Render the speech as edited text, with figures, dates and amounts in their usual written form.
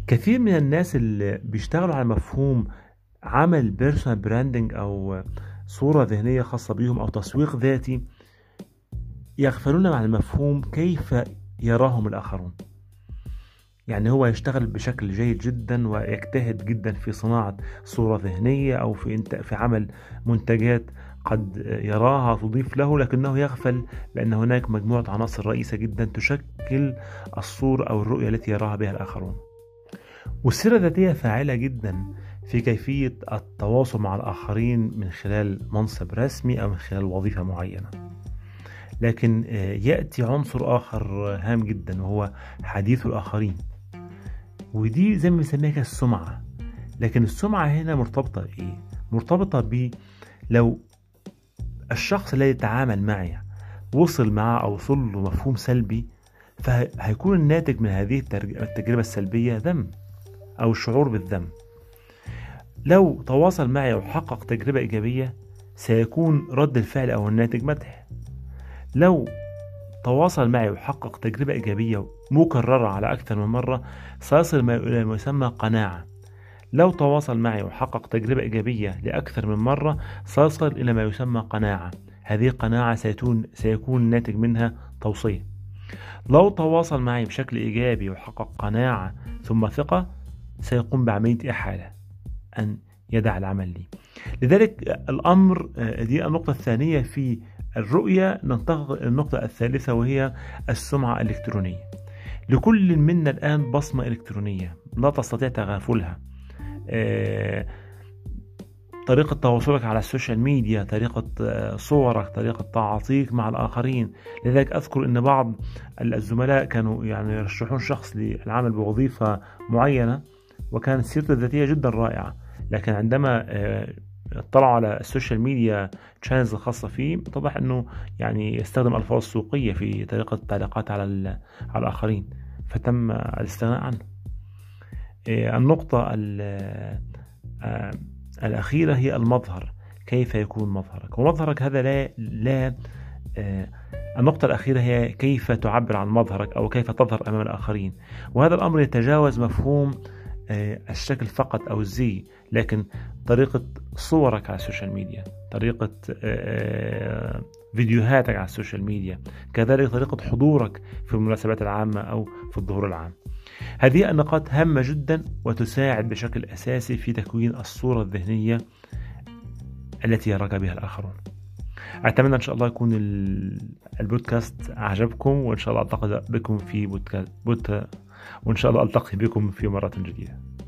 كثير من الناس اللي بيشتغلوا على مفهوم عمل بيرسونال براندنج أو صورة ذهنية خاصة بيهم أو تسويق ذاتي يغفلون عن المفهوم كيف يراهم الآخرون. يعني هو يشتغل بشكل جيد جدا ويجتهد جدا في صناعة صورة ذهنية أو في عمل منتجات قد يراها تضيف له، لكنه يغفل بأن هناك مجموعة عناصر رئيسة جدا تشكل الصورة أو الرؤية التي يراها بها الآخرون. والسيرة الذاتية فاعلة جدا في كيفية التواصل مع الآخرين من خلال منصب رسمي أو من خلال وظيفة معينة. لكن يأتي عنصر آخر هام جدا وهو حديث الآخرين، ودي زي ما بنسميها السمعة. لكن السمعة هنا مرتبطة بإيه؟ مرتبطة ب لو الشخص الذي يتعامل معي وصل معه أو وصل له مفهوم سلبي، فهيكون الناتج من هذه التجربة السلبية ذم أو الشعور بالذم. لو تواصل معي وحقق تجربة إيجابية سيكون رد الفعل أو الناتج مدح. لو تواصل معي وحقق تجربة إيجابية مكررة على أكثر من مرة سيصل إلى ما يسمى قناعة. لو تواصل معي وحقق تجربة إيجابية لأكثر من مرة سيصل إلى ما يسمى قناعة. هذه قناعة سيكون الناتج منها توصية. لو تواصل معي بشكل إيجابي وحقق قناعة ثم ثقة سيقوم بعملية إحالة أن يدع العمل لي. لذلك الأمر دي النقطة الثانية في الرؤية. ننتقل النقطة الثالثة وهي السمعة الإلكترونية. لكل منا الآن بصمة إلكترونية لا تستطيع تغافلها. طريقة تواصلك على السوشيال ميديا، طريقة صورك، طريقة تعاطيك مع الآخرين. لذلك أذكر أن بعض الزملاء كانوا يرشحون شخص للعمل بوظيفة معينة وكانت سيرته الذاتية جدا رائعة، لكن عندما اطلعوا على السوشيال ميديا تشانلز الخاصة فيه اتضح أنه يستخدم ألفاظ سوقية في طريقة التعليقات على الآخرين، فتم الاستغناء عنه. النقطة الأخيرة هي المظهر. كيف يكون مظهرك؟ ومظهرك هذا لا النقطة الأخيرة هي كيف تعبر عن مظهرك أو كيف تظهر أمام الآخرين. وهذا الأمر يتجاوز مفهوم الشكل فقط أو الزي، لكن طريقة صورك على السوشيال ميديا، طريقة فيديوهاتك على السوشيال ميديا، كذلك طريقة حضورك في المناسبات العامة أو في الظهور العام. هذه النقاط هامة جدا وتساعد بشكل أساسي في تكوين الصورة الذهنية التي يراك بها الآخرون. أتمنى إن شاء الله يكون البودكاست أعجبكم، وإن شاء الله ألتقي بكم في وإن شاء الله ألتقي بكم في مرة جديدة.